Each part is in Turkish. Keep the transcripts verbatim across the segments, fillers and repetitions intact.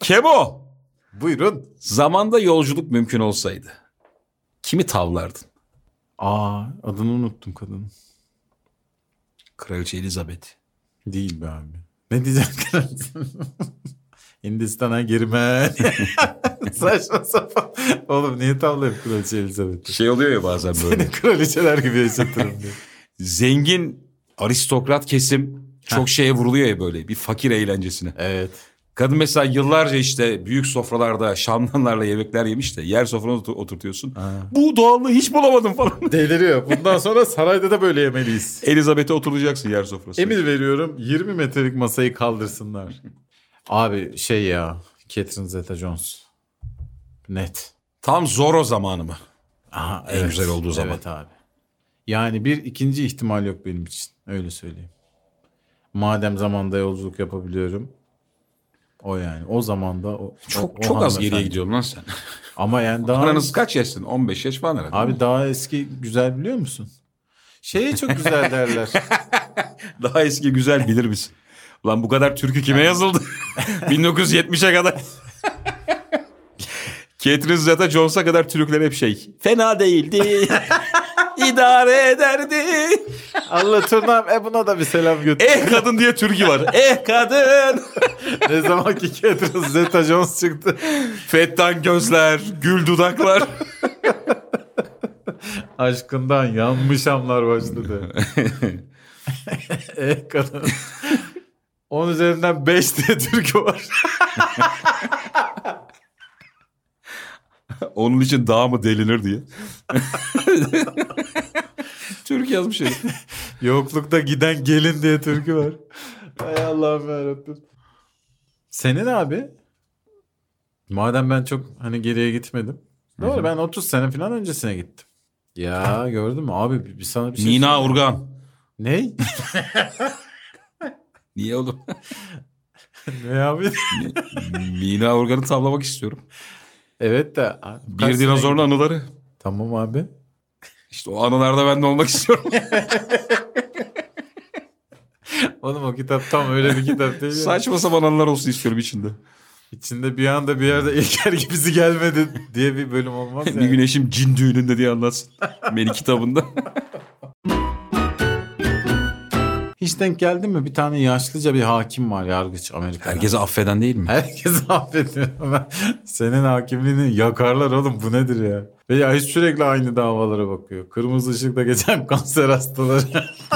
Kemo. Buyurun. Zamanda yolculuk mümkün olsaydı kimi tavlardın? Aa, adını unuttum kadının. Kraliçe Elizabeth. Değil be abi. Ne diyeceğim kraliçe? Hindistan'a girme. Saçma sapan. Oğlum niye tavlayayım kraliçe Elizabeth'i? Şey oluyor ya bazen böyle. Seni kraliçeler gibi yaşatırım diye. Zengin aristokrat kesim çok şeye vuruluyor ya böyle bir fakir eğlencesine. Evet. Kadın mesela yıllarca işte büyük sofralarda şamdanlarla yemekler yemiş de yer sofrana oturtuyorsun. Ha. Bu doğallığı hiç bulamadım falan. Deliriyor. Bundan sonra sarayda da böyle yemeliyiz. Elizabeth'e oturacaksın yer sofrasına. Emir veriyorum yirmi metrelik masayı kaldırsınlar. Abi şey ya Catherine Zeta-Jones. Net. Tam Zorro zamanı mı? Aha, en evet. güzel olduğu zaman. Evet abi. Yani bir ikinci ihtimal yok benim için. Öyle söyleyeyim. Madem zamanda yolculuk yapabiliyorum. O yani. O zamanda o, çok o, çok o az geriye gidiyorsun lan sen. Ama yani daha aranız kaç yaşsın? on beş yaş falan herhalde. Abi daha eski güzel biliyor musun? Şeye çok güzel derler. Daha eski güzel bilir misin? Ulan bu kadar türkü kime yazıldı? bin dokuz yüz yetmişe kadar. Catherine Zeta-Jones'a kadar türküler hep şey. Fena değildi. İdare ederdi. Allah turnam e buna da bir selam götür. Eh kadın diye türkü var. Eh kadın. Ne zaman ki Catherine Zeta-Jones çıktı. Fettan gözler, gül dudaklar. Aşkından yanmış amlar başladı. Eh kadın. On üzerinden beş diye türkü var. Onun için dağ mı delinir diye. Türkü yazmış herif. Yoklukta giden gelin diye türkü var. Hay Allah'ım yarabbim. Senin abi? Madem ben çok hani geriye gitmedim. Doğru, Hı-hı. Ben otuz sene falan öncesine gittim. Ya gördün mü abi bir sana bir şey Mina söyleyeyim. Urgan. Ne? Niye oğlum? Ne abi? Mina Urgan'ı tavlamak istiyorum. Evet de. Bir dinozorun anıları. Tamam abi. İşte o anılarda ben de olmak istiyorum. Oğlum o kitap tam öyle bir kitap değil. Saçma sapan anılar olsun istiyorum içinde. İçinde bir anda bir yerde İlker gibisi gelmedi diye bir bölüm olmaz yani. Bir gün eşim cin düğününde diye anlatsın. Beni kitabında. Hiç denk geldin mi? Bir tane yaşlıca bir hakim var, yargıç Amerika'da. Herkesi affeden değil mi? Herkesi affediyor. Senin hakimliğini yakarlar oğlum, bu nedir ya? Ve ya hiç sürekli aynı davalara bakıyor. Kırmızı ışıkta geçen kanser hastaları.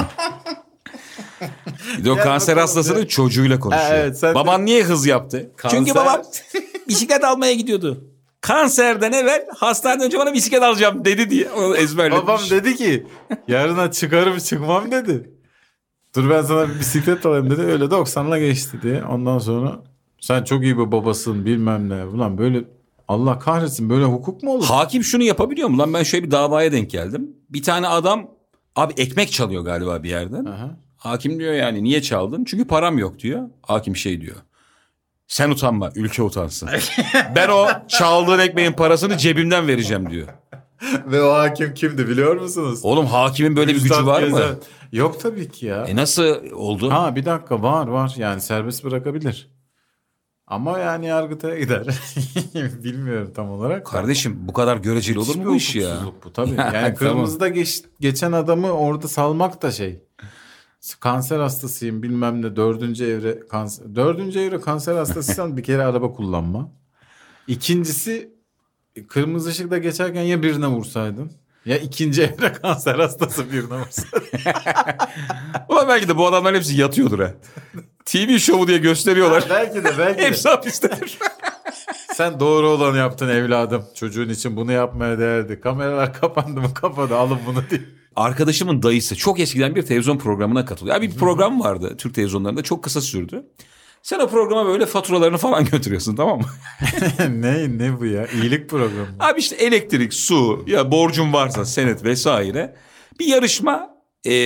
Bir de o kanser hastasının ya. Çocuğuyla konuşuyor. Evet, baban de... niye hız yaptı? Kanser... Çünkü babam bisiklet almaya gidiyordu. Kanserden evvel hastaneden önce bana bisiklet alacağım dedi diye onu ezberlemiş. Babam dedi ki yarına çıkarım çıkmam dedi. Dur ben sana bir bisiklet alayım dedi. Öyle doksanla geçti diye. Ondan sonra sen çok iyi bir babasın bilmem ne. Ulan böyle Allah kahretsin, böyle hukuk mu olur? Hakim şunu yapabiliyor mu lan? Ben şöyle bir davaya denk geldim. Bir tane adam abi ekmek çalıyor galiba bir yerden. Aha. Hakim diyor yani niye çaldın? Çünkü param yok diyor. Hakim şey diyor. Sen utanma, ülke utansın. Ben o çaldığın ekmeğin parasını cebimden vereceğim diyor. Ve o hakim kimdi biliyor musunuz? Oğlum hakimin böyle bir gücü var mı? Yok tabii ki ya. E nasıl oldu? Ha bir dakika, var var yani serbest bırakabilir. Ama yani Yargıtay'a gider. Bilmiyorum tam olarak. Kardeşim bu kadar göreceli olur mu bu iş ya? Bu tabii. Yani kırmızıda geç, geçen adamı orada salmak da şey. Kanser hastasıyım bilmem ne, dördüncü evre kanser. Dördüncü evre kanser hastasıysan bir kere araba kullanma. İkincisi kırmızı ışıkta geçerken ya birine vursaydın ya ikinci evre kanser hastası birine vursaydın. Ulan belki de bu adamların hepsi yatıyordur ha. T V şovu diye gösteriyorlar. Ha, belki de belki de. Hepsi hapistedir. Sen doğru olanı yaptın evladım. Çocuğun için bunu yapmaya değerdi. Kameralar kapandı mı kapadı, alın bunu diye. Arkadaşımın dayısı çok eskiden bir televizyon programına katılıyor. Abi bir program vardı Türk televizyonlarında, çok kısa sürdü. Sen o programa böyle faturalarını falan götürüyorsun, tamam mı? ne ne bu ya? İyilik programı. Abi işte elektrik, su, ya borcun varsa senet vesaire. Bir yarışma, e,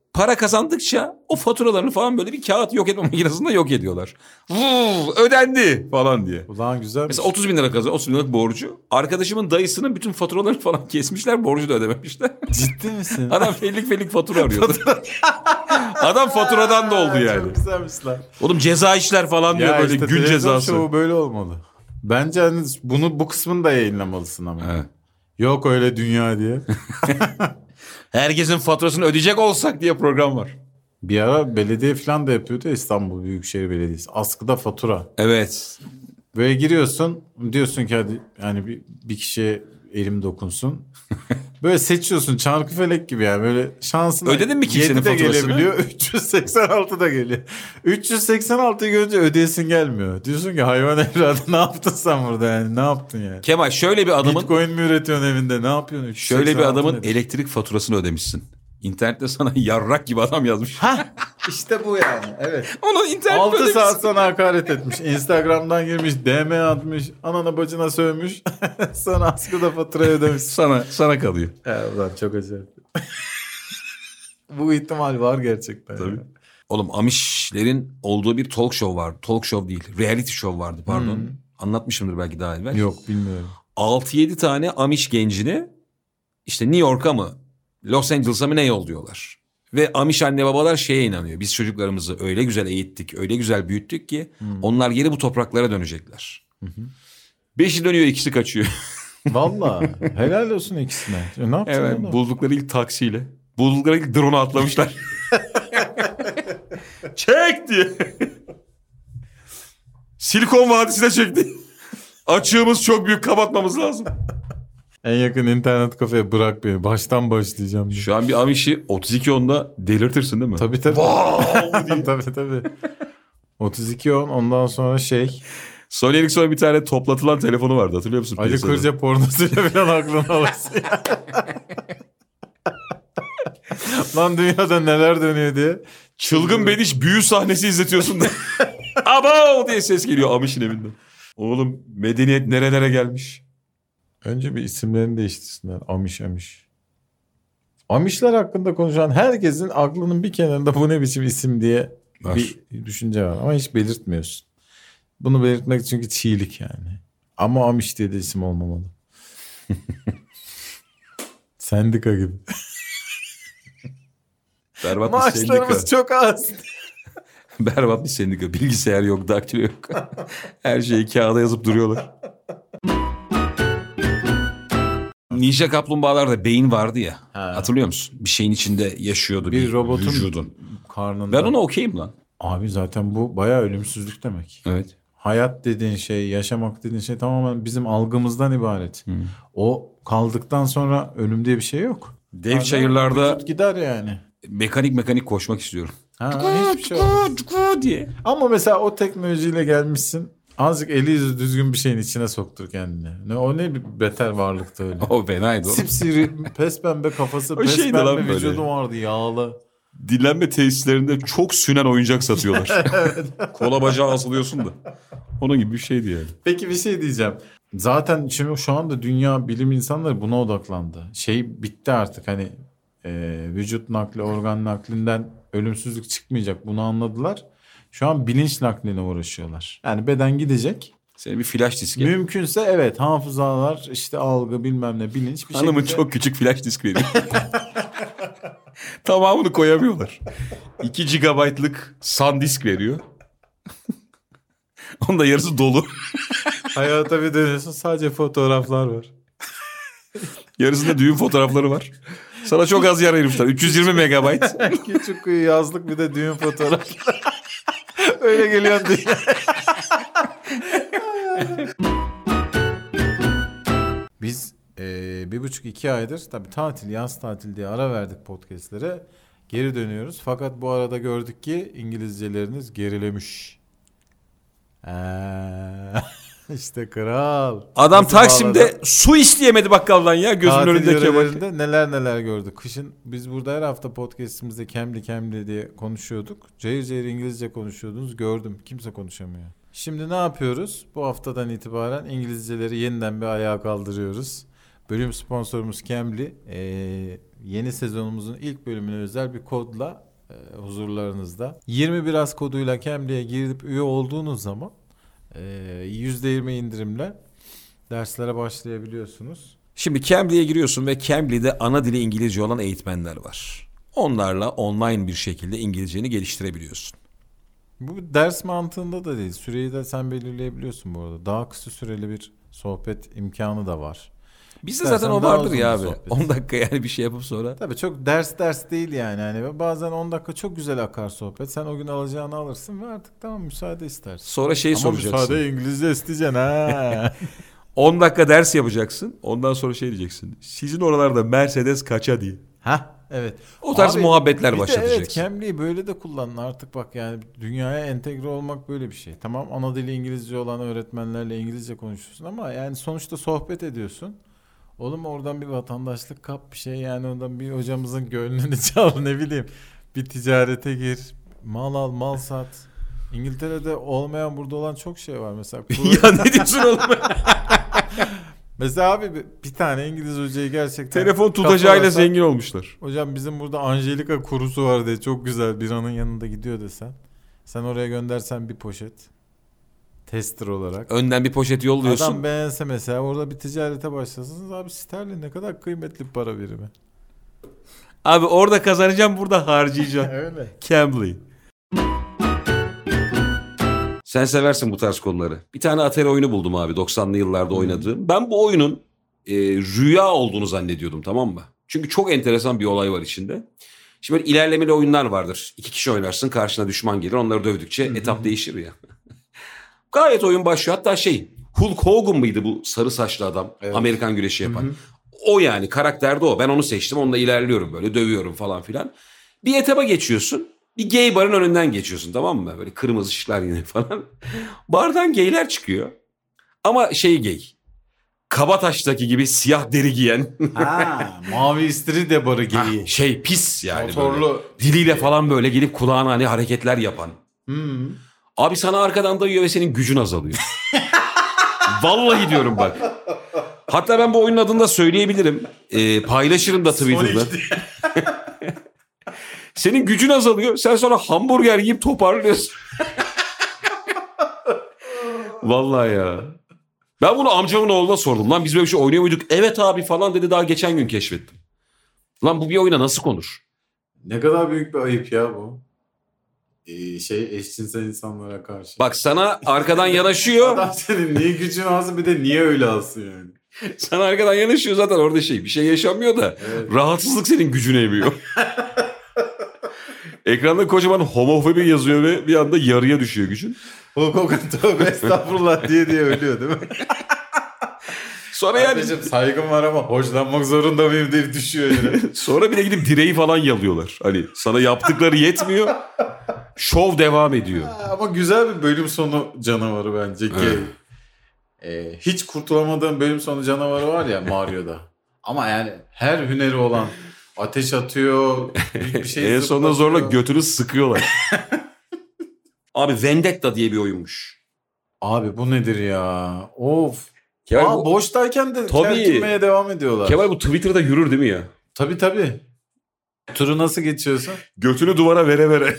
para kazandıkça o faturalarını falan böyle bir kağıt yok etme makinesinde yok ediyorlar. Vuu, ödendi falan diye. Ulan güzel. Mesela otuz bin lira kazanıyor. otuz bin liralık borcu. Arkadaşımın dayısının bütün faturalarını falan kesmişler. Borcu da ödememişler. Ciddi misin? Adam fellik fellik fatura arıyordu. Adam faturadan da oldu yani. Çok güzelmiş lan. Oğlum ceza işler falan diyor Ya böyle işte gün cezası. Şovu böyle olmalı. Bence hani bunu bu kısmını da yayınlamalısın ama. Evet. Yok öyle dünya diye. Herkesin faturasını ödeyecek olsak diye program var. Bir ara belediye falan da yapıyordu İstanbul Büyükşehir Belediyesi. Askıda fatura. Evet. Böyle giriyorsun diyorsun ki hadi yani bir, bir kişiye elim dokunsun. Böyle seçiyorsun Çarkıfelek gibi yani böyle şansına. Ödedin mi kimsenin yedi de faturasını? gelebiliyor üç yüz seksen altı da geliyor. üç yüz seksen altıyı görünce ödeyesin gelmiyor. Diyorsun ki hayvan evladı ne yaptın sen burada yani ne yaptın yani. Kemal şöyle bir adamın Bitcoin mi üretiyorsun evinde ne yapıyorsun? şöyle bir adamın nedir? elektrik faturasını ödemişsin. İnternette sana yarrak gibi adam yazmış. Ha işte bu yani evet. Onu internette altı ödemişsin. saat sana hakaret etmiş. Instagram'dan girmiş, D M atmış, anana bacına sövmüş. Sonra askıda faturayı ödemiş. Sana, sana kalıyor. Ya ulan çok acayip. Bu ihtimal var gerçekten. Tabii. Ya. Oğlum Amişlerin olduğu bir talk show vardı. Talk show değil, reality show vardı pardon. Hmm. Anlatmışımdır belki daha evvel. Yok bilmiyorum. altı yedi tane Amiş gencini işte New York'a mı Los Angeles'a mı ne yolluyorlar. Ve Amiş anne babalar şeye inanıyor. Biz çocuklarımızı öyle güzel eğittik, öyle güzel büyüttük ki Hmm. onlar geri bu topraklara dönecekler. Beşi dönüyor, ikisi kaçıyor. Vallahi helal olsun ikisine. E, ne yaptın Evet, oğlum? buldukları ilk taksiyle. Buldukları ilk drone'a atlamışlar. Çek diye. Silikon Vadisi'ne çekti. Açığımız çok büyük, kapatmamız lazım. En yakın internet kafeye bırak beni. Baştan başlayacağım. Şu an bir Amiş'i otuz iki onda delirtirsin değil mi? Tabii tabii. Wow diye. tabii tabii. otuz iki on ondan sonra şey. Sony Ericsson'un bir tane toplatılan telefonu vardı, hatırlıyor musun? Ali piyasada? Kırca pornosuyla falan aklına alırsın. Lan dünyada neler dönüyor diye. Çılgın Bediş büyü sahnesi izletiyorsun da. Abo diye ses geliyor Amiş'in evinden. Oğlum medeniyet nerelere gelmiş. Önce bir isimlerini değiştirsinler. Amiş Amiş. Amişler hakkında konuşan herkesin aklının bir kenarında bu ne biçim isim diye Var. bir düşünce var. Ama hiç belirtmiyorsun. Bunu belirtmek çünkü çiğlik yani. Ama Amiş diye de isim olmamalı. Sendika gibi. Berbat bir sendika. Maaşlarımız çok az. Berbat bir sendika. Bilgisayar yok, daktilo yok. Her şeyi kağıda yazıp duruyorlar. Ninja kaplumbağalarda beyin vardı ya. Ha. Hatırlıyor musun? Bir şeyin içinde yaşıyordu bir, Bir robotun vücudun. karnında. Ben ona okeyim lan. Abi zaten bu bayağı ölümsüzlük demek. Evet. Hayat dediğin şey, yaşamak dediğin şey tamamen bizim algımızdan ibaret. Hı. O kaldıktan sonra ölüm diye bir şey yok. Dev Zaten çayırlarda vücut gider yani. mekanik mekanik koşmak istiyorum. Ha, hiçbir şey olmaz. diye. Ama mesela o teknolojiyle gelmişsin. Azıcık eli yüzü düzgün bir şeyin içine soktur kendini. Ne o ne bir beter varlıktı öyle. O fenaydı oğlum. Sipsiri pes pembe kafası, O pes şeydi pembe lan böyle. vücudu vardı yağlı. Dinlenme tesislerinde çok sünen oyuncak satıyorlar. Kola bacağı asılıyorsun da. Onun gibi bir şeydi yani. Peki bir şey diyeceğim. Zaten şimdi şu anda dünya bilim insanları buna odaklandı. Şey bitti artık hani e, vücut nakli, organ naklinden ölümsüzlük çıkmayacak. Bunu anladılar. Şu an bilinç nakline uğraşıyorlar. Yani beden gidecek. Senin bir flash diski. Mümkünse evet hafızalar işte algı bilmem ne bilinç bir Hanımın şekilde. çok küçük flash disk veriyor. Tamamını koyamıyorlar. iki gigabaytlık SanDisk veriyor. Onun da yarısı dolu. Hayata bir dönüyorsun sadece fotoğraflar var. Yarısında düğün fotoğrafları var. Sana çok az yer ayırmışlar. üç yüz yirmi megabayt. Küçük kuyu yazlık bir de düğün fotoğrafları. Öyle geliyor dünya. Biz e, bir buçuk iki aydır tabii tatil yaz tatil diye ara verdik podcastlere. Geri dönüyoruz. Fakat bu arada gördük ki İngilizceleriniz gerilemiş. Eee, işte kral. Adam Nasıl Taksim'de bağladı? su isteyemedi bakkaldan ya gözümün Tatil önünde Kemal. yörelerinde neler neler gördük. Kışın biz burada her hafta podcastimizde Cambly Cambly diye konuşuyorduk. Cayır cayır İngilizce konuşuyordunuz. Gördüm. Kimse konuşamıyor. Şimdi ne yapıyoruz? Bu haftadan itibaren İngilizceleri yeniden bir ayağa kaldırıyoruz. Bölüm sponsorumuz Cambly. Ee, yeni sezonumuzun ilk bölümüne özel bir kodla e, huzurlarınızda. yirmi bir az koduyla Cambly'ye girip üye olduğunuz zaman e, yüzde yirmi indirimle derslere başlayabiliyorsunuz. Şimdi Cambly'ye giriyorsun ve Cambly'de ana dili İngilizce olan eğitmenler var. Onlarla online bir şekilde İngilizceni geliştirebiliyorsun. Bu ders mantığında da değil. Süreyi de sen belirleyebiliyorsun bu arada. Daha kısa süreli bir sohbet imkanı da var. Bizde zaten o vardır ya abi. Sohbet. on dakika yani bir şey yapıp sonra. Tabii çok ders ders değil yani. Hani bazen on dakika çok güzel akar sohbet. Sen o gün alacağını alırsın ve artık tamam müsaade istersin. Sonra şey Ama soracaksın. Ama müsaade İngilizce isteyeceksin ha. on dakika ders yapacaksın. Ondan sonra şey diyeceksin. Sizin oralarda Mercedes kaça diye. Ha evet. O tarz Abi, muhabbetler bir de başlatacaksın. Evet, Cambly'yi böyle de kullanın artık bak yani dünyaya entegre olmak böyle bir şey. Tamam ana dili İngilizce olan öğretmenlerle İngilizce konuşuyorsun ama yani sonuçta sohbet ediyorsun. Oğlum oradan bir vatandaşlık kap bir şey yani oradan bir hocamızın gönlünü çal ne bileyim. Bir ticarete gir. Mal al mal sat. İngiltere'de olmayan burada olan çok şey var mesela. Ya ne diyorsun oğlum? Mesela abi bir tane İngiliz hocayı gerçekten telefon tutacağıyla kafarasa, zengin olmuşlar. Hocam bizim burada Angelika kurusu var diye çok güzel bir anın yanında gidiyor desen. Sen oraya göndersen bir poşet. Tester olarak. Önden bir poşet yolluyorsun. Adam beğense mesela orada bir ticarete başlasınız. Abi sterlin ne kadar kıymetli bir para birimi. Abi orada kazanacağım burada harcayacağım. Öyle. Cambly. Sen seversin bu tarz konuları. Bir tane Atari oyunu buldum abi doksanlı yıllarda oynadığım. Ben bu oyunun e, rüya olduğunu zannediyordum, tamam mı? Çünkü çok enteresan bir olay var içinde. Şimdi böyle ilerlemeli oyunlar vardır. İki kişi oynarsın, karşına düşman gelir. Onları dövdükçe etap değişir ya. Gayet oyun başlıyor. Hatta şey Hulk Hogan mıydı bu sarı saçlı adam? Evet. Amerikan güreşi yapan. Hı hı. O yani karakter de o. Ben onu seçtim. Onunla ilerliyorum böyle dövüyorum falan filan. Bir etaba geçiyorsun. Bir gay barın önünden geçiyorsun, tamam mı? Böyle kırmızı ışıklar yine falan. Bardan gayler çıkıyor. Ama şey gay. Kabataş'taki gibi siyah deri giyen. Ha, mavi istiridye barı gay. Şey pis yani. Motorlu. Böyle. Diliyle falan böyle gelip kulağına hani hareketler yapan. Hmm. Abi sana arkadan dayıyor ve senin gücün azalıyor. Vallahi diyorum bak. Hatta ben bu oyunun adını da söyleyebilirim. Ee, paylaşırım da Twitter'da. Senin gücün azalıyor. Sen sonra hamburger yiyip toparlıyorsun. Vallahi ya. Ben bunu amcamın oğluna sordum. Lan biz böyle bir şey oynuyor muyduk? Evet abi falan dedi, daha geçen gün keşfettim. Lan bu bir oyuna nasıl konur? Ne kadar büyük bir ayıp ya bu. Ee, şey eşcinsel insanlara karşı. Bak sana arkadan yanaşıyor. Adam senin niye gücün alsın bir de niye öyle alsın yani. Sana arkadan yanaşıyor zaten orada şey. Bir şey yaşanmıyor da. Evet. Rahatsızlık senin gücüne emiyor. Ekranda kocaman homofobi yazıyor ve bir anda yarıya düşüyor gücün. Hulk Hogan tövbe estağfurullah diye diye ölüyor değil mi? Sonra yani... Kardeşim saygım var ama hoşlanmak zorunda mıyım diye düşüyor yine. Sonra bir de gidip direği falan yalıyorlar. Hani sana yaptıkları yetmiyor. Şov devam ediyor. Ama güzel bir bölüm sonu canavarı bence. Evet. Ee, hiç kurtulamadığım bölüm sonu canavarı var ya Mario'da. Ama yani her hüneri olan ateş atıyor. Bir şey en sonunda zorla götünü sıkıyorlar. Abi Vendetta diye bir oyunmuş. Abi bu nedir ya? Of. Kemal, Aa, bu... boştayken de kerkinmeye devam ediyorlar. Kemal bu Twitter'da yürür değil mi ya? Tabii tabii. Turu nasıl geçiyorsun? Götünü duvara vere vere.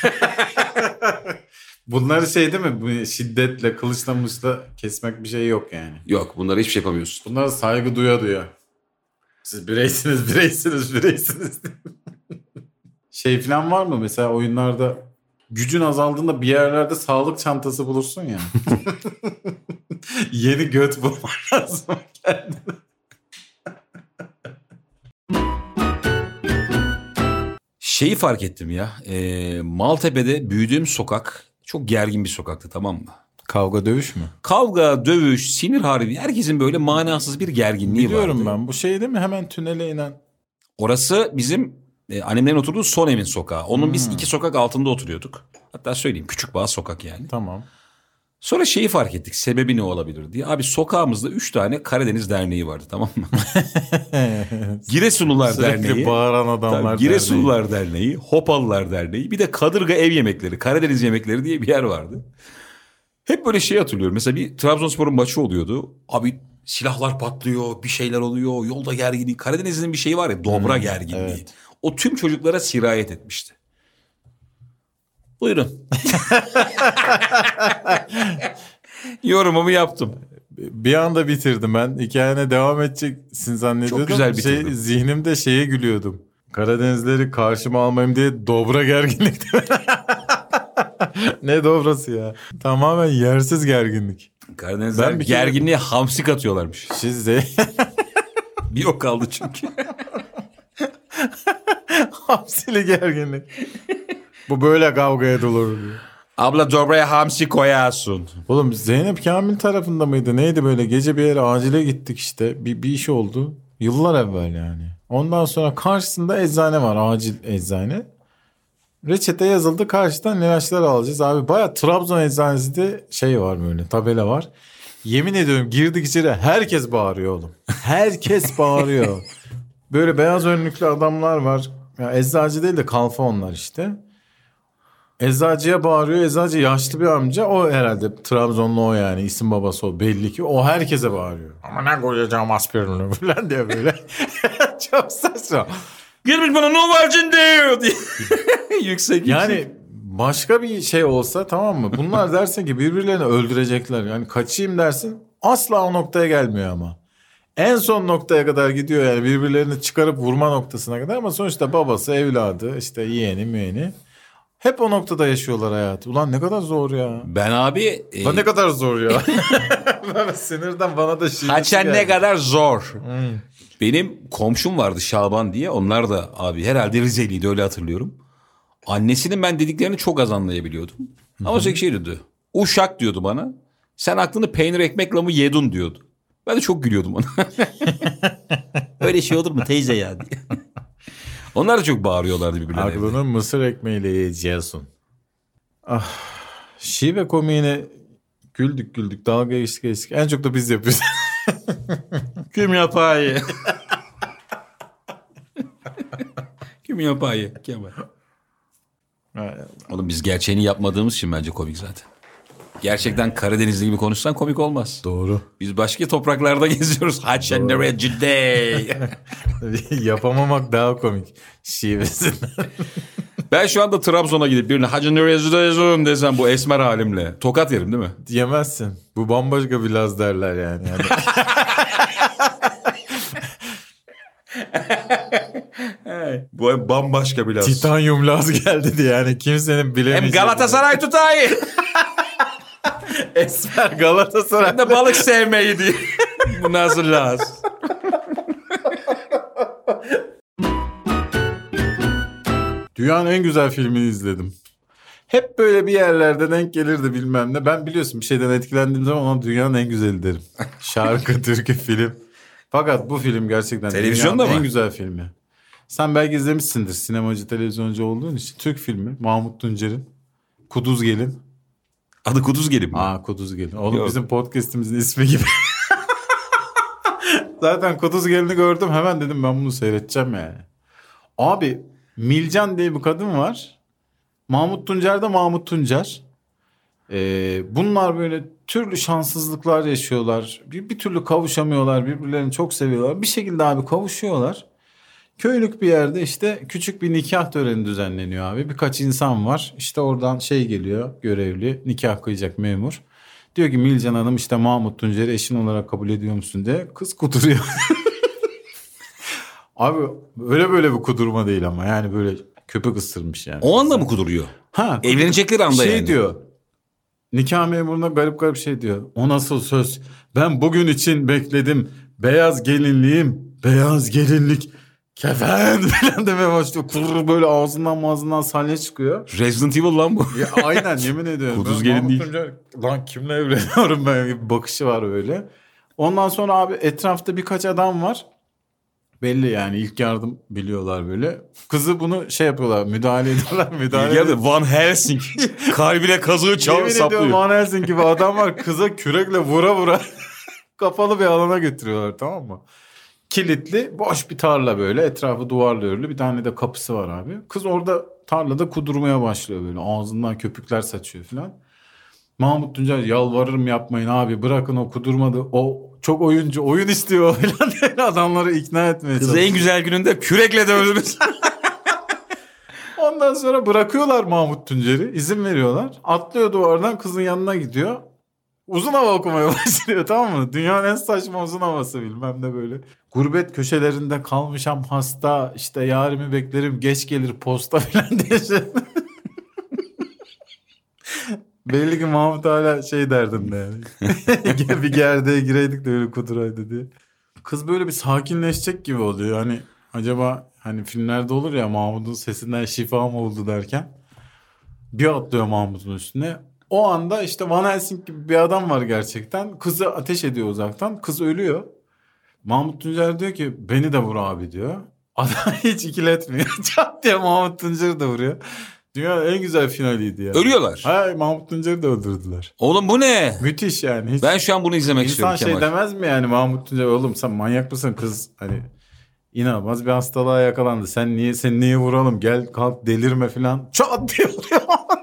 Bunlar şey değil mi? Bu şiddetle, kılıçla mıçla kesmek bir şey yok yani. Yok, bunlara hiçbir şey yapamıyorsun. Bunlar saygı duya duya. Siz bireysiniz, bireysiniz, bireysiniz. Şey falan var mı? Mesela oyunlarda gücün azaldığında bir yerlerde sağlık çantası bulursun ya. Yeni göt bulman lazım kendine. Şeyi fark ettim ya. E, Maltepe'de büyüdüğüm sokak çok gergin bir sokaktı, tamam mı? Kavga dövüş mü? Kavga, dövüş, sinir harbi. Herkesin böyle manasız bir gerginliği Biliyorum vardı. Biliyorum ben. Bu şey değil mi? Hemen tünele inen. Orası bizim e, annemlerin oturduğu son evin sokağı. Onun hmm. biz iki sokak altında oturuyorduk. Hatta söyleyeyim, küçük bağ sokak yani. Tamam. Sonra şeyi fark ettik, sebebi ne olabilir diye. Abi sokağımızda üç tane Karadeniz Derneği vardı, tamam mı? Giresunlular Sürekli Derneği. bağıran adamlar tabii, Giresunlular Derneği. Derneği, Hopalılar Derneği. Bir de Kadırga Ev Yemekleri, Karadeniz Yemekleri diye bir yer vardı. Hep böyle şey hatırlıyorum. Mesela bir Trabzonspor'un maçı oluyordu. Abi silahlar patlıyor, bir şeyler oluyor, yolda gerginlik. Karadeniz'in bir şeyi var ya, dobra hmm, gerginliği. Evet. O tüm çocuklara sirayet etmişti. Buyurun. Yorumumu yaptım. Bir anda bitirdim ben. Hikayene devam edeceksin zannediyordum. Çok güzel bitirdim. Şey, zihnimde şeye gülüyordum. Karadenizleri karşıma almayayım diye dobra gerginlik. Ne dobrası ya? Tamamen yersiz gerginlik. Karadenizler gerginliğe kere... hamsi katıyorlarmış. Size. Bir o kaldı çünkü. Hamsili gerginlik. Bu böyle kavga edilir. Abla dobraya hamsi koyarsın. Oğlum Zeynep Kamil tarafında mıydı? Neydi böyle? Gece bir yere acile gittik işte. Bir, bir iş oldu. Yıllar evvel yani. Ondan sonra karşısında eczane var. Acil eczane. Reçete yazıldı. Karşıdan ilaçlar alacağız. Abi baya Trabzon eczanesinde şey var böyle. Tabela var. Yemin ediyorum girdik içeri. Herkes bağırıyor oğlum. Herkes bağırıyor. Böyle beyaz önlüklü adamlar var. Ya eczacı değil de kalfa onlar işte. Eczacıya bağırıyor. Eczacı yaşlı bir amca. O herhalde Trabzonlu o yani. İsim babası o belli ki. O herkese bağırıyor. Ama ne koyacağım aspirini falan diye böyle. Çok saçma. Girmiş bana Novalcin diyor diye. yüksek yani yüksek. Başka bir şey olsa tamam mı? Bunlar dersin ki birbirlerini öldürecekler. Yani kaçayım dersin. Asla o noktaya gelmiyor ama. En son noktaya kadar gidiyor yani birbirlerini çıkarıp vurma noktasına kadar ama sonuçta babası, evladı, işte yeğeni, müğeni hep o noktada yaşıyorlar hayatı. Ulan ne kadar zor ya. Ben abi... Lan e... ne kadar zor ya. Sinirden bana da şiir. Haçen ne kadar zor. Hmm. Benim komşum vardı Şaban diye. Onlar da abi herhalde Rizeliydi öyle hatırlıyorum. Annesinin ben dediklerini çok az anlayabiliyordum. Ama o şey diyordu. Uşak diyordu bana. Sen aklını peynir ekmekle mi yedin diyordu. Ben de çok gülüyordum ona. Öyle şey olur mu teyze ya diye. Onlar da çok bağırıyorlardı birbirlerine. Aklını mısır ekmeğiyle yiyeceksin. Ah, şive komiğine güldük güldük dalga geçtik geçtik. En çok da biz yapıyoruz. Kim yapayı? Kim yapayı? Kemal. Oğlum biz gerçeğini yapmadığımız için bence komik zaten. Gerçekten Karadenizli gibi konuşsan komik olmaz. Doğru. Biz başka topraklarda geziyoruz. Haçenlere ciddi. Yapamamak daha komik. Şivesinden. Ben şu anda Trabzon'a gidip birine haçenlere ciddi desem bu esmer halimle. Tokat yerim değil mi? Yemezsin. Bu bambaşka bir Laz derler yani. yani. Bu bambaşka bir Laz. Titanyum Laz geldi diye yani kimsenin bilemeyeceği. Hem Galatasaray tutayı. Esmer Galatasaray. Hem de balık sevmeyi diye. Bu nasıl Laz? Dünyanın en güzel filmini izledim. Hep böyle bir yerlerde denk gelirdi bilmem ne. Ben biliyorsun bir şeyden etkilendiğim zaman ona dünyanın en güzeli derim. Şarkı, türkü, film. Fakat bu film gerçekten televizyonda dünyanın mı? En güzel filmi. Sen belki izlemişsindir sinemacı, televizyoncu olduğun için. Türk filmi. Mahmut Tuncer'in Kuduz Gelin. Adı Kuduz Gelin mi? Aa Kuduz Gelin. Oğlum Yok. Bizim podcast'imizin ismi gibi. Zaten Kuduz Gelin'i gördüm hemen dedim ben bunu seyredeceğim yani. Abi Milcan diye bir kadın var. Mahmut Tuncer de Mahmut Tuncer. Ee, bunlar böyle türlü şanssızlıklar yaşıyorlar. Bir, bir türlü kavuşamıyorlar. Birbirlerini çok seviyorlar. Bir şekilde abi kavuşuyorlar. Köylük bir yerde işte küçük bir nikah töreni düzenleniyor abi. Birkaç insan var. İşte oradan şey geliyor görevli nikah kıyacak memur. Diyor ki Milcan Hanım işte Mahmut Tuncer'i eşin olarak kabul ediyor musun diye. Kız kuduruyor. Abi öyle böyle bir kudurma değil ama yani böyle köpek ısırmış yani. O anda mı kuduruyor? Ha, evlenecekleri anda şey yani. Şey diyor. Nikah memuruna garip garip şey diyor. O nasıl söz? Ben bugün için bekledim. Beyaz gelinliğim, beyaz gelinlik, kefen falan demeye başlıyor. Kurur böyle ağzından ağzından salya çıkıyor. Resident Evil lan bu. Ya, aynen yemin ediyorum. Kuduz gelin değil. Lan kimle evleniyorum ben? Bir bakışı var öyle. Ondan sonra abi etrafta birkaç adam var. Belli yani ilk yardım biliyorlar böyle. Kızı bunu şey yapıyorlar müdahale ediyorlar. Müdahale ediyorlar. Van Helsing kalbine kazığı çal saplıyor. Yemin ediyorum Van Helsing gibi adam var kıza kürekle vura vura kapalı bir alana götürüyorlar tamam mı? Kilitli boş bir tarla böyle etrafı duvarla örülü bir tane de kapısı var abi. Kız orada tarlada kudurmaya başlıyor böyle ağzından köpükler saçıyor falan. Mahmut Tuncer yalvarırım yapmayın abi bırakın o kudurmadı o çok oyuncu, oyun istiyor falan diye adamları ikna etmeye Kızı en güzel gününde kürekle dövdünüz. Ondan sonra bırakıyorlar Mahmut Tuncer'i. İzin veriyorlar. Atlıyor duvardan, kızın yanına gidiyor. Uzun hava okumaya başlıyor, tamam mı? Dünyanın en saçma uzun havası bilmem ne böyle. Gurbet köşelerinde kalmışam hasta, işte yarimi beklerim geç gelir posta falan diye şey. Belli ki Mahmut hala şey derdinde yani. Bir gerdeğe gireydik de öyle kuduraydı diye. Kız böyle bir sakinleşecek gibi oluyor. Hani acaba hani filmlerde olur ya, Mahmut'un sesinden şifa mı oldu derken. Bir atlıyor Mahmut'un üstüne. O anda işte Van Helsing gibi bir adam var gerçekten. Kızı ateş ediyor uzaktan. Kız ölüyor. Mahmut Tuncer diyor ki beni de vur abi diyor. Adam hiç ikiletmiyor. Çat diye Mahmut Tuncer'i de vuruyor. Dünyanın en güzel finaliydi ya. Ölüyorlar. Hayır, Mahmut Tuncer'i de öldürdüler. Oğlum bu ne? Müthiş yani. Hiç... Ben şu an bunu izlemek İnsan istiyorum şey Kemal. demez mi yani Mahmut Tuncer, oğlum sen manyak mısın, kız hani inanılmaz bir hastalığa yakalandı. Sen niye sen niye vuralım, gel kalk delirme falan. Çat diye vuruyor.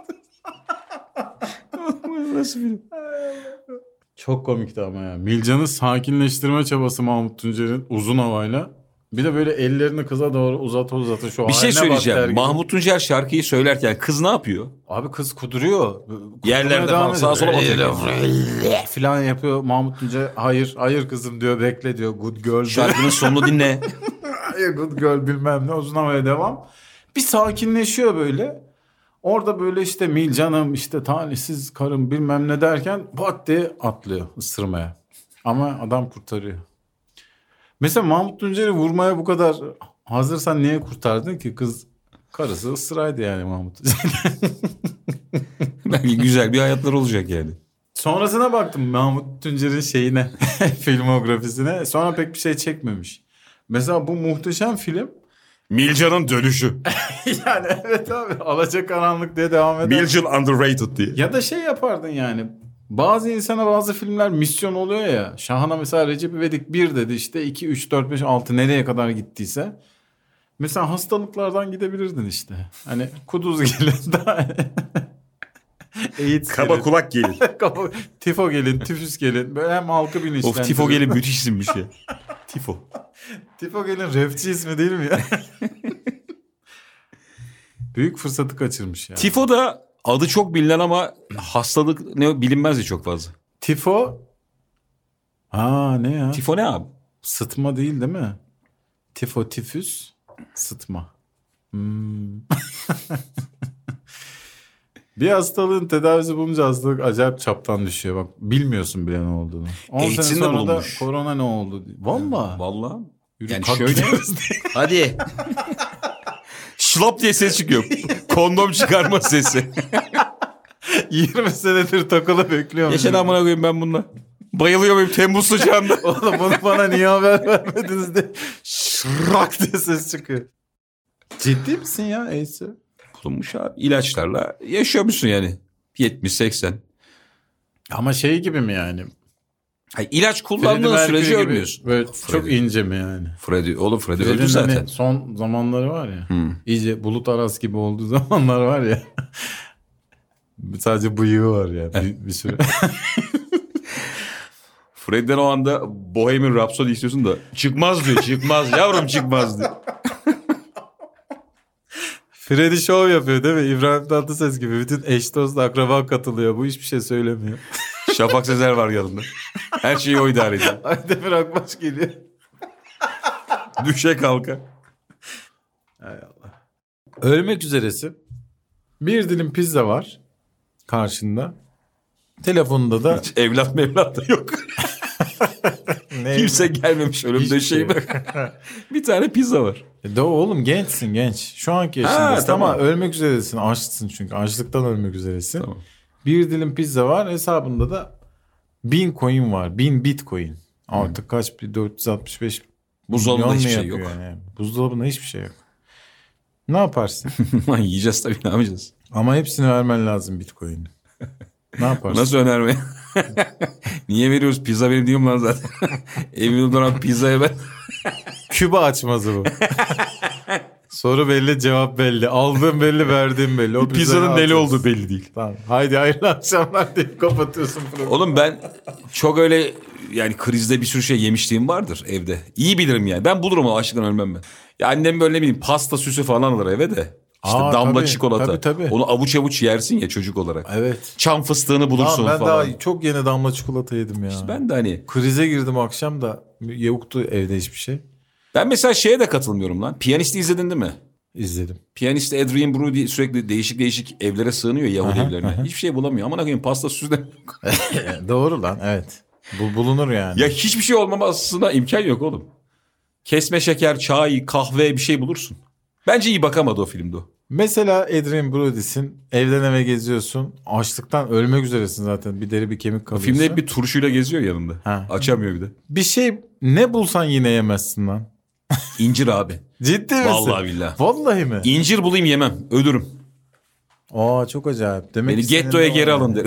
Nasıl film? Çok komikti ama ya. Milcan'ı sakinleştirme çabası Mahmut Tuncer'in uzun havayla. Bir de böyle ellerini kıza doğru uzata uzata şu Bir şey haline bak der söyleyeceğim. gibi. Mahmut Tuncer şarkıyı söylerken kız ne yapıyor? Abi kız kuduruyor. Yerlerde falan sağa sola bakıyor. Falan yapıyor. Mahmut Tuncer hayır hayır kızım diyor, bekle diyor. Good girl diyor. Şarkının sonunu dinle. Hayır good girl bilmem ne, uzun havaya devam. Bir sakinleşiyor böyle. Orada böyle işte Milcan'ım işte talihsiz karım bilmem ne derken pat diye atlıyor ısırmaya. Ama adam kurtarıyor. Mesela Mahmut Tuncer'i vurmaya bu kadar hazırsan niye kurtardın ki? Kız karısı ısıraydı yani Mahmut Tuncer. Belki güzel bir hayatları olacak yani. Sonrasına baktım Mahmut Tuncer'in şeyine, filmografisine. Sonra pek bir şey çekmemiş. Mesela bu muhteşem film. Milcan'ın dönüşü. Yani evet abi, Alacakaranlık diye devam eder. Milcan underrated diye. Ya da şey yapardın yani. Bazı insana bazı filmler misyon oluyor ya. Şahan'a mesela Recep İvedik bir dedi, işte iki, üç, dört, beş, altı nereye kadar gittiyse. Mesela hastalıklardan gidebilirdin işte. Hani kuduz gelin daha... AIDS Kaba gelin. kulak gelin. Kaba, tifo gelin, tifüs gelin. Böyle hem halkı bilinçlendirir. Of, tifo gelin müthiş isimmiş ya. Tifo. Tifo gelin rapçi ismi değil mi ya? Büyük fırsatı kaçırmış ya. Tifo da adı çok bilinen ama hastalık ne bilinmezdi çok fazla. Tifo. Ha ne ya? Tifo ne abi? Sıtma değil değil mi? Tifo, tifüs, sıtma. Hmm. Bir hastalığın tedavisi bulunca hastalık acayip çaptan düşüyor. Bak bilmiyorsun bile ne olduğunu. on sene AIDS'in de sonra da bulunmuş. korona ne oldu diye. Valla. Vallahi. Yürü, Yani kalk şöyle. gidiyoruz. Hadi. Şlop diye ses çıkıyor. Kondom çıkarma sesi. yirmi senedir takılı bekliyorum. Geçen amına koyayım ben bununla. Bayılıyor benim Temmuz sıcağında. Oğlum bunu bana niye haber vermediniz diye. Şırak diye ses çıkıyor. Ciddi misin ya AIDS'i? Bulunmuş abi. İlaçlarla yaşıyormuşsun yani. yetmiş seksen. Ama şey gibi mi yani? Hayır, ilaç kullandığın sürece ölmüyorsun. Böyle Freddy. çok ince mi yani? Freddy, oğlum Freddy öldü Freddy'nin zaten. hani son zamanları var ya. Hmm. İyice Bulut Aras gibi olduğu zamanlar var ya. Sadece bıyığı var ya bir, bir süre. Freddy'den o anda Bohemian Rhapsody istiyorsun da çıkmaz diyor, çıkmaz yavrum, çıkmaz diyor. Freddy show yapıyor değil mi? İbrahim Tatlıses gibi. Bütün eş dost akraba katılıyor. Bu hiçbir şey söylemiyor. Şafak Sezer var yanında. Her şeyi o idare ediyor. Aydemir Akbaş geliyor. Düşe kalka. Hay Allah. Ölmek üzeresin. Bir dilim pizza var karşında. Telefonunda da Hiç evlat mevlat da yok. ne? Kimse gelmemiş ölüm Hiçbir şey döşeğime. Bir tane pizza var. E de oğlum gençsin genç. Şu anki yaşındasın tamam. ama ölmek üzeresin. Açsın çünkü. Açlıktan ölmek üzeresin. Tamam. Bir dilim pizza var. Hesabında da bin coin var. Bin bitcoin. Artık kaç? Bir dört yüz altmış beş Buzdolabında milyon hiçbir mu şey yapıyor yok. Yani? Buzdolabında hiçbir şey yok. Ne yaparsın? Yiyeceğiz tabii, ne yapacağız? Ama hepsini vermen lazım bitcoin'i. Ne yaparsın? Nasıl önerme? Niye veriyoruz? Pizza benim diyorum lan zaten. Evimde duran pizzaya ben. Küba açmazı bu. Soru belli, cevap belli. Aldığım belli, verdiğim belli. O Pizzanın neli olduğu belli değil. Tamam. Haydi hayırlı akşamlar deyip kapatıyorsun programı. Oğlum ben çok öyle yani krizde bir sürü şey yemişliğim vardır evde. İyi bilirim yani. Ben bulurum o açlıktan ölmem ben. Ya annem böyle ne bileyim pasta süsü falan alır eve de. İşte Aa, damla tabii, çikolata. tabii, tabii. Onu avuç avuç yersin ya çocuk olarak. Evet. Çam fıstığını bulursun Aa, ben falan. daha çok yeni damla çikolata yedim ya. İşte ben de hani. Krize girdim akşam da yoktu evde hiçbir şey. Ben mesela şeye de katılmıyorum lan. Piyanist'i izledin değil mi? İzledim. Piyanist Adrien Brody sürekli değişik değişik evlere sığınıyor Yahudi evlerine. Hiçbir şey bulamıyor. Aman akıyım pasta süsü de. Doğru lan evet. Bu bulunur yani. Ya hiçbir şey olmamasına imkan yok oğlum. Kesme şeker, çay, kahve bir şey bulursun. Bence iyi bakamadı o filmde o. Mesela Adrien Brody'sin. Evden eve geziyorsun. Açlıktan ölmek üzeresin zaten. Bir deri bir kemik kalıyorsun. Filmde hep bir turşuyla geziyor yanında. Ha. Açamıyor bir de. Bir şey ne bulsan yine yemezsin lan. İncir abi. Ciddi misin? Vallahi billahi. Vallahi mi? İncir bulayım yemem. Ölürüm. Aa çok acayip. Demek Beni ki gettoya senin de geri var alın yani. derim.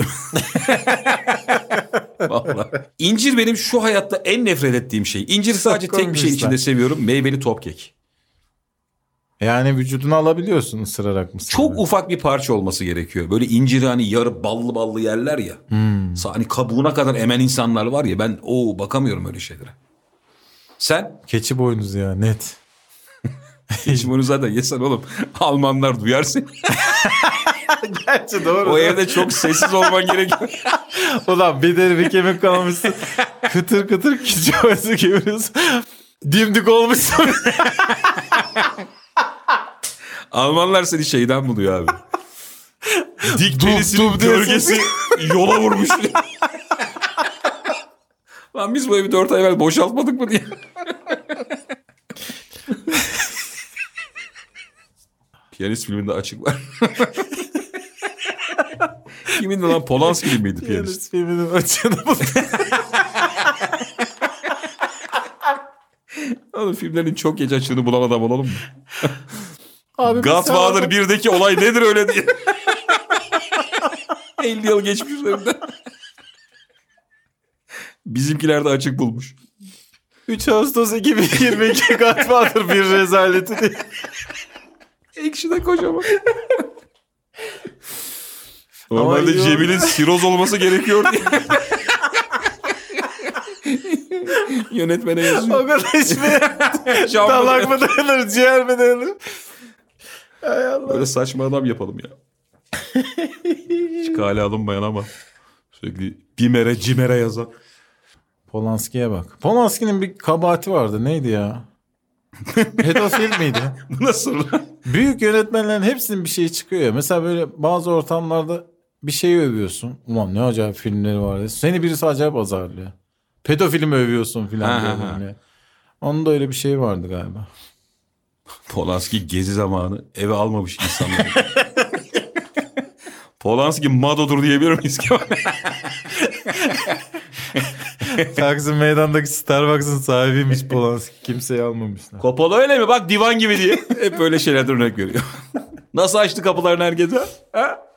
Vallahi. İncir benim şu hayatta en nefret ettiğim şey. İncir sadece tek bir şey koymuşlar. içinde seviyorum. Meyveli top kek. Yani vücudunu alabiliyorsun ısırarak mısın? Çok ufak bir parça olması gerekiyor. Böyle inciri hani yarı ballı ballı yerler ya. Hmm. Hani kabuğuna kadar emen insanlar var ya. Ben o bakamıyorum öyle şeylere. Sen? Keçi boynuzu ya net. Şimdi onu zaten yesen oğlum. Almanlar duyar seni. Gerçi doğru. O evde çok sessiz olman gerekiyor. Ulan bir deri bir kemik kalmışsın. Kıtır kıtır keçi boynuzu kemiriyorsun. Dimdik olmuşsun. Almanlar seni şeyden buluyor abi. Dik Dub penisinin dub diye gölgesi yola vurmuş. Lan biz bu evi dört ay evvel boşaltmadık mı diye. Piyanist filminde açık var. Kimin de lan Polanski miydi piyanist? Piyanist filminin açığını buldum. Oğlum filmlerin çok gece açığını bulan adam olalım mı? Abi Godfather birdeki olay nedir öyle diye. elli yıl geçmiş üzerinden. Bizimkiler de açık bulmuş. üç Ağustos iki bin yirmi iki Godfather bir rezaleti diye. Ekşi de kocaman. Normalde iyi Cemil'in siroz olması gerekiyor diye. Yönetmene yazıyor. O kadar hiç mi? Şampiyon- Dalak mı dayanır, ciğer mi dayanır? Hay Allah. Böyle saçma adam yapalım ya. Hiç kale alınmayan ama sürekli bimere cimere yazan. Polanski'ye bak. Polanski'nin bir kabahati vardı. Neydi ya? Pedofil miydi? Bu nasıl lan? Büyük yönetmenlerin hepsinin bir şeyi çıkıyor ya. Mesela böyle bazı ortamlarda bir şeyi övüyorsun. Ulan ne acayip filmleri var ya. Seni birisi acayip azarlıyor. Pedofili mi övüyorsun Ha, filan diyor ha, ha. böyle. Onun da öyle bir şey vardı galiba. Polanski gezi zamanı eve almamış insanları. Polanski madodur diyebilir miyiz ki? Taksim meydandaki Starbucks'ın sahibiymiş Polanski. Kimseyi almamışlar. Coppola öyle mi? Bak divan gibi diye. Hep böyle şeylerden örnek veriyor. Nasıl açtı kapılarını herkese? Ha?